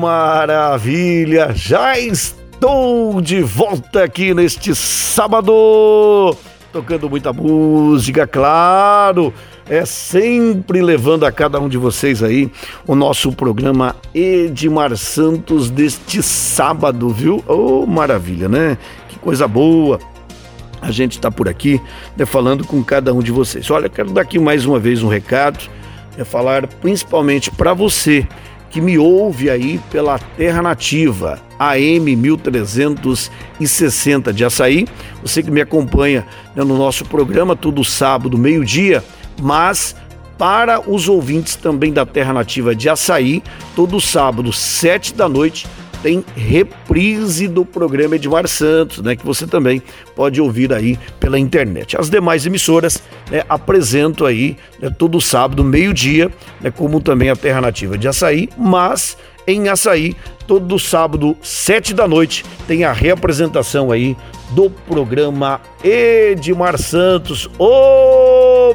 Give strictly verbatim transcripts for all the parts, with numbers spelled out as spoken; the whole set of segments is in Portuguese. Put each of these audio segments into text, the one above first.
maravilha! Já estou de volta aqui neste sábado, tocando muita música, claro, é sempre levando a cada um de vocês aí o nosso programa Edmar Santos deste sábado, viu? Oh, maravilha, né? Que coisa boa! A gente está por aqui, né, falando com cada um de vocês. Olha, quero dar aqui mais uma vez um recado, é falar principalmente para você que me ouve aí pela Terra Nativa, A M mil trezentos e sessenta de Açaí, você que me acompanha, né, no nosso programa todo sábado, meio-dia, mas para os ouvintes também da Terra Nativa de Açaí, todo sábado, sete da noite, tem reprise do programa Edmar Santos, né, que você também pode ouvir aí pela internet. As demais emissoras, né, apresentam aí, né, todo sábado, meio-dia, né, como também a Terra Nativa de Açaí, mas em Açaí, todo sábado, sete da noite, tem a reapresentação aí do programa Edmar Santos, o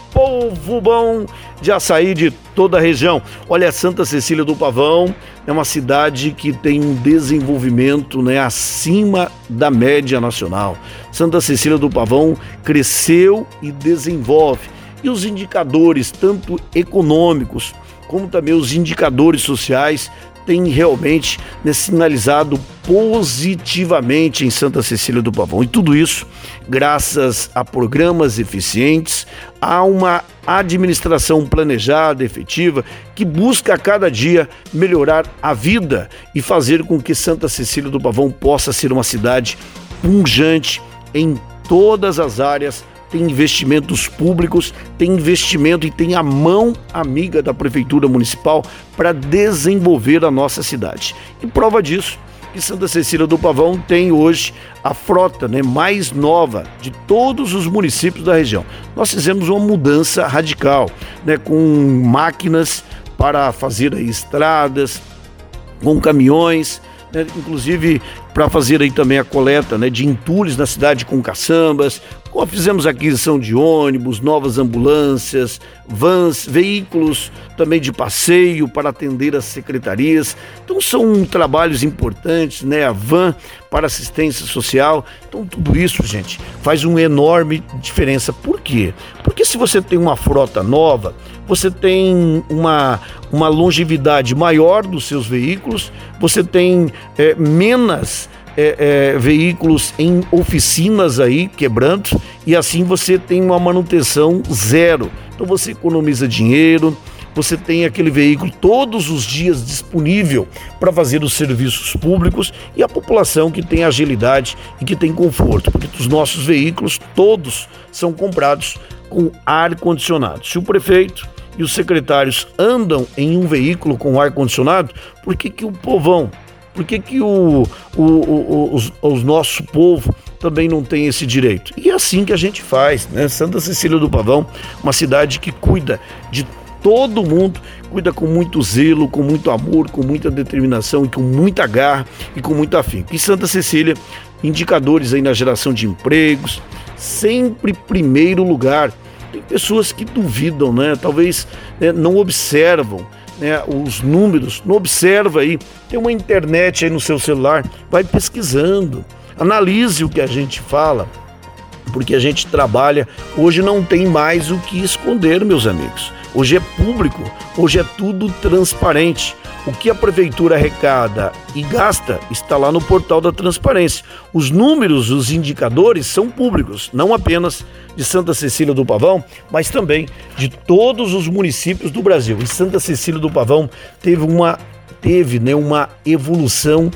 povo bom de Açaí, de toda a região. Olha, Santa Cecília do Pavão é uma cidade que tem um desenvolvimento, né, acima da média nacional. Santa Cecília do Pavão cresceu e desenvolve. E os indicadores, tanto econômicos como também os indicadores sociais, têm realmente, né, sinalizado positivamente em Santa Cecília do Pavão. E tudo isso graças a programas eficientes, a uma administração planejada, efetiva, que busca a cada dia melhorar a vida e fazer com que Santa Cecília do Pavão possa ser uma cidade pujante em todas as áreas. Tem investimentos públicos, tem investimento e tem a mão amiga da Prefeitura Municipal para desenvolver a nossa cidade. E prova disso, que Santa Cecília do Pavão tem hoje a frota, né, mais nova de todos os municípios da região. Nós fizemos uma mudança radical, né, com máquinas para fazer aí estradas, com caminhões, né, inclusive para fazer aí também a coleta, né, de entulhos na cidade com caçambas. Fizemos aquisição de ônibus, novas ambulâncias, vans, veículos também de passeio para atender as secretarias. Então são trabalhos importantes, né? A van para assistência social. Então tudo isso, gente, faz uma enorme diferença. Por quê? Porque se você tem uma frota nova, você tem uma, uma longevidade maior dos seus veículos, você tem é, menos É, é, veículos em oficinas aí quebrando, e assim você tem uma manutenção zero. Então você economiza dinheiro, você tem aquele veículo todos os dias disponível para fazer os serviços públicos, e a população que tem agilidade e que tem conforto, porque os nossos veículos todos são comprados com ar-condicionado. Se o prefeito e os secretários andam em um veículo com ar-condicionado, por que que o povão, por que que o, o, o, os, os nosso povo também não tem esse direito? E é assim que a gente faz, né? Santa Cecília do Pavão, uma cidade que cuida de todo mundo, cuida com muito zelo, com muito amor, com muita determinação e com muita garra e com muito afinco. E Santa Cecília, indicadores aí na geração de empregos, sempre primeiro lugar. Tem pessoas que duvidam, né? Talvez, né, não observam, né, os números, não observa aí, tem uma internet aí no seu celular, vai pesquisando, analise o que a gente fala, porque a gente trabalha, hoje não tem mais o que esconder, meus amigos, hoje é público, hoje é tudo transparente. O que a prefeitura arrecada e gasta está lá no portal da transparência. Os números, os indicadores são públicos, não apenas de Santa Cecília do Pavão, mas também de todos os municípios do Brasil. E Santa Cecília do Pavão teve uma, teve, né, uma evolução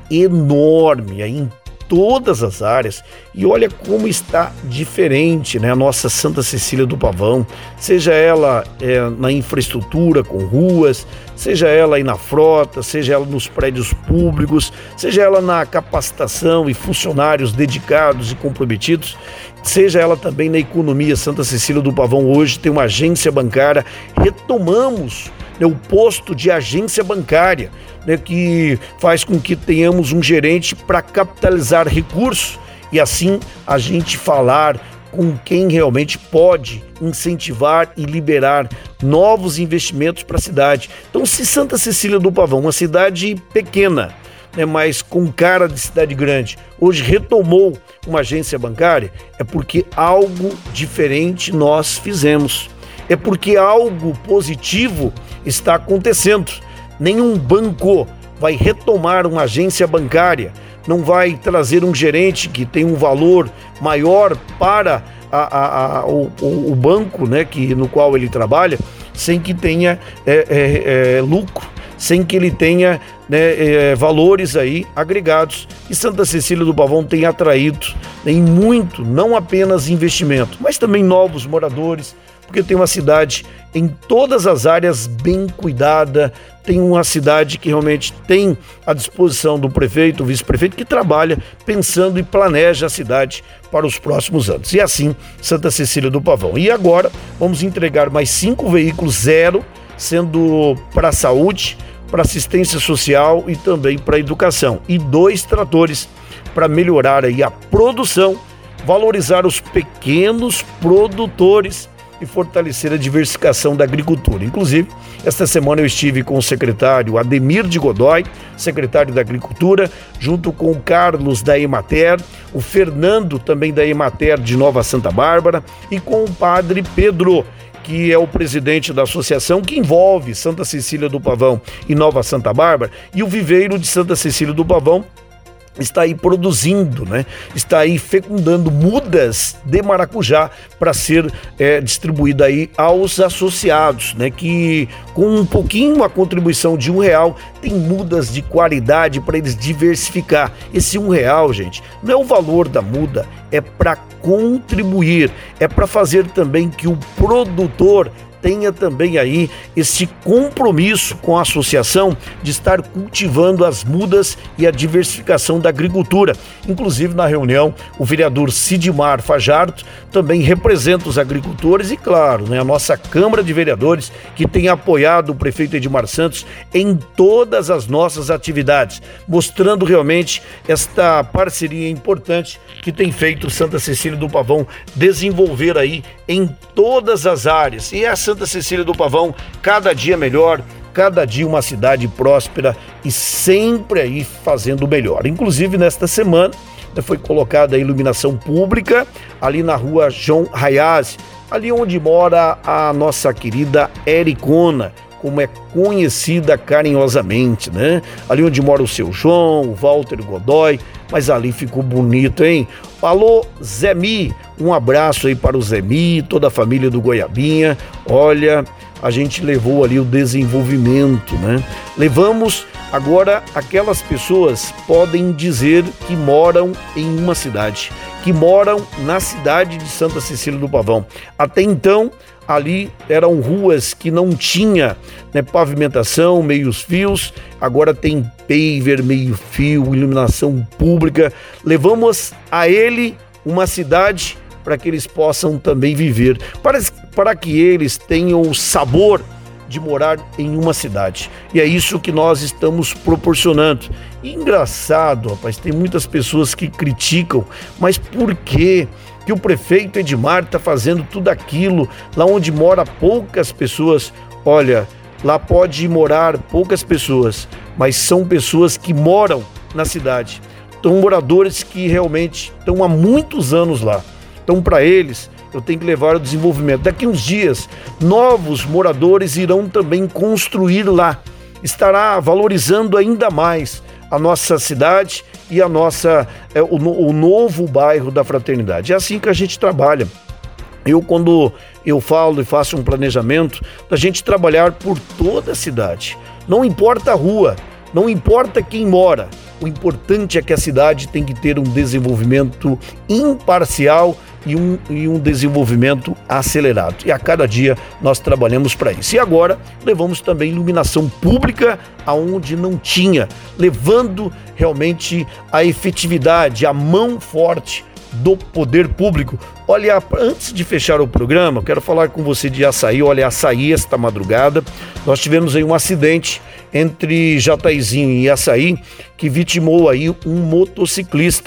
enorme aí em todas as áreas, e olha como está diferente, né, a nossa Santa Cecília do Pavão, seja ela é, na infraestrutura com ruas, seja ela aí na frota, seja ela nos prédios públicos, seja ela na capacitação e funcionários dedicados e comprometidos, seja ela também na economia. Santa Cecília do Pavão hoje tem uma agência bancária, retomamos, né, o posto de agência bancária, né, que faz com que tenhamos um gerente para capitalizar recursos e assim a gente falar com quem realmente pode incentivar e liberar novos investimentos para a cidade. Então, se Santa Cecília do Pavão, uma cidade pequena, né, mas com cara de cidade grande, hoje retomou uma agência bancária, é porque algo diferente nós fizemos. É porque algo positivo está acontecendo. Nenhum banco vai retomar uma agência bancária, não vai trazer um gerente que tem um valor maior para a, a, a, o, o banco, né, que, no qual ele trabalha, sem que tenha é, é, é, lucro, sem que ele tenha, né, é, valores aí agregados. E Santa Cecília do Pavão tem atraído, né, em muito, não apenas investimento, mas também novos moradores, porque tem uma cidade em todas as áreas bem cuidada, tem uma cidade que realmente tem à disposição do prefeito, o vice-prefeito, que trabalha pensando e planeja a cidade para os próximos anos. E assim, Santa Cecília do Pavão. E agora vamos entregar mais cinco veículos zero, sendo para a saúde, para assistência social e também para a educação. E dois tratores para melhorar aí a produção, valorizar os pequenos produtores e fortalecer a diversificação da agricultura. Inclusive, esta semana eu estive com o secretário Ademir de Godoy, secretário da Agricultura, junto com o Carlos da Emater, o Fernando também da Emater de Nova Santa Bárbara e com o padre Pedro, que é o presidente da associação que envolve Santa Cecília do Pavão e Nova Santa Bárbara, e o viveiro de Santa Cecília do Pavão está aí produzindo, né? Está aí fecundando mudas de maracujá para ser é, distribuída aí aos associados, né? Que com um pouquinho a contribuição de um real tem mudas de qualidade para eles diversificar. Esse um real, gente, não é o valor da muda, é para contribuir, é para fazer também que o produtor tenha também aí esse compromisso com a associação de estar cultivando as mudas e a diversificação da agricultura. Inclusive, na reunião, o vereador Sidmar Fajardo também representa os agricultores e, claro, né, a nossa Câmara de Vereadores, que tem apoiado o prefeito Edmar Santos em todas as nossas atividades, mostrando realmente esta parceria importante que tem feito Santa Cecília do Pavão desenvolver aí em todas as áreas. E a Santa Cecília do Pavão, cada dia melhor, cada dia uma cidade próspera e sempre aí fazendo o melhor. Inclusive, nesta semana, foi colocada a iluminação pública ali na rua João Hayaz, ali onde mora a nossa querida Ericona, como é conhecida carinhosamente, né? Ali onde mora o seu João, o Walter Godoy, mas ali ficou bonito, hein? Alô, Zé Mi, um abraço aí para o Zé Mi, toda a família do Goiabinha. Olha, a gente levou ali o desenvolvimento, né? Levamos agora aquelas pessoas podem dizer que moram em uma cidade, que moram na cidade de Santa Cecília do Pavão. Até então, ali eram ruas que não tinha, né, pavimentação, meios fios, agora tem paver, meio fio, iluminação pública. Levamos a ele uma cidade para que eles possam também viver, para, para que eles tenham o sabor de morar em uma cidade. E é isso que nós estamos proporcionando. E engraçado, rapaz, tem muitas pessoas que criticam, mas por quê? Que o prefeito Edmar está fazendo tudo aquilo lá onde mora poucas pessoas. Olha, lá pode morar poucas pessoas, mas são pessoas que moram na cidade. São moradores que realmente estão há muitos anos lá. Então, para eles, eu tenho que levar o desenvolvimento. Daqui uns dias, novos moradores irão também construir lá. Estará valorizando ainda mais a nossa cidade e a nossa, é, o, o novo bairro da Fraternidade. É assim que a gente trabalha. Eu, quando eu falo e faço um planejamento, da gente trabalhar por toda a cidade. Não importa a rua, não importa quem mora. O importante é que a cidade tem que ter um desenvolvimento imparcial e um, e um desenvolvimento acelerado. E a cada dia nós trabalhamos para isso. E agora levamos também iluminação pública aonde não tinha, levando realmente a efetividade, a mão forte do poder público. Olha, antes de fechar o programa, eu quero falar com você de Açaí. Olha, Açaí, esta madrugada, nós tivemos aí um acidente entre Jataizinho e Açaí, que vitimou aí um motociclista.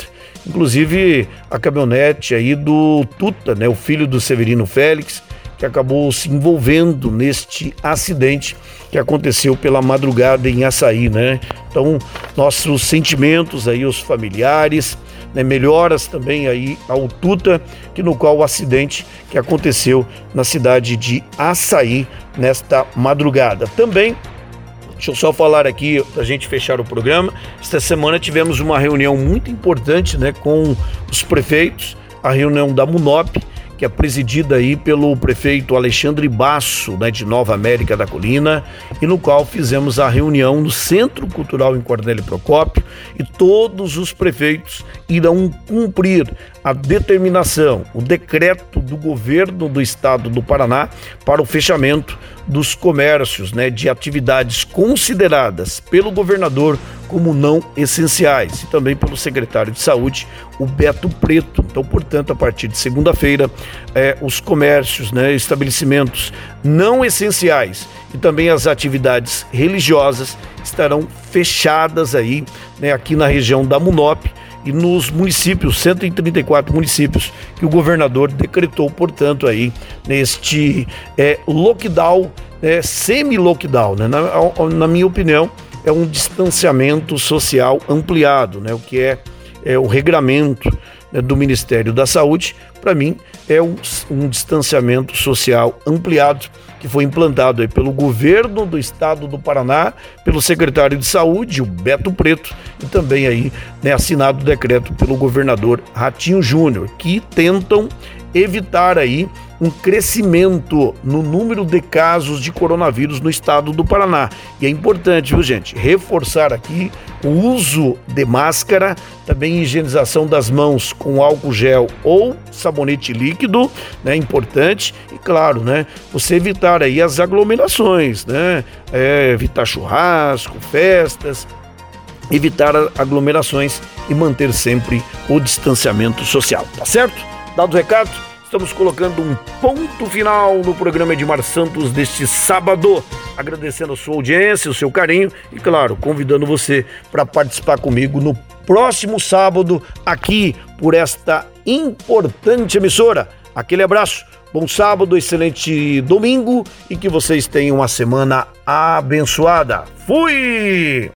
inclusive a caminhonete aí do Tuta, né, o filho do Severino Félix, que acabou se envolvendo neste acidente que aconteceu pela madrugada em Açaí, né? Então, nossos sentimentos aí aos familiares, né? Melhoras também aí ao Tuta, que no qual o acidente que aconteceu na cidade de Açaí nesta madrugada. Também, deixa eu só falar aqui, para a gente fechar o programa, esta semana tivemos uma reunião muito importante, né, com os prefeitos, a reunião da MUNOP, que é presidida aí pelo prefeito Alexandre Basso, né, de Nova América da Colina, e no qual fizemos a reunião no Centro Cultural em Cornélio Procópio, e todos os prefeitos irão cumprir a determinação, o decreto do governo do estado do Paraná para o fechamento dos comércios, né, de atividades consideradas pelo governador como não essenciais, e também pelo secretário de Saúde, o Beto Preto. Então, portanto, a partir de segunda-feira, eh, os comércios, né, estabelecimentos não essenciais e também as atividades religiosas estarão fechadas aí, né, aqui na região da MUNOP e nos municípios, cento e trinta e quatro municípios que o governador decretou, portanto, aí neste eh, lockdown, eh, semi-lockdown, né, na, na minha opinião, é um distanciamento social ampliado, né? O que é, é o regramento, né, do Ministério da Saúde, para mim, é um, um distanciamento social ampliado que foi implantado aí pelo governo do estado do Paraná, pelo secretário de Saúde, o Beto Preto, e também aí, né, assinado o decreto pelo governador Ratinho Júnior, que tentam evitar aí um crescimento no número de casos de coronavírus no estado do Paraná. E é importante, viu, gente, reforçar aqui o uso de máscara, também higienização das mãos com álcool gel ou sabonete líquido, né, importante, e claro, né, você evitar aí as aglomerações, né, é, evitar churrasco, festas, evitar aglomerações e manter sempre o distanciamento social, tá certo? Dado o recado, estamos colocando um ponto final no programa Edmar Santos deste sábado, agradecendo a sua audiência, o seu carinho e, claro, convidando você para participar comigo no próximo sábado aqui por esta importante emissora. Aquele abraço, bom sábado, excelente domingo e que vocês tenham uma semana abençoada. Fui!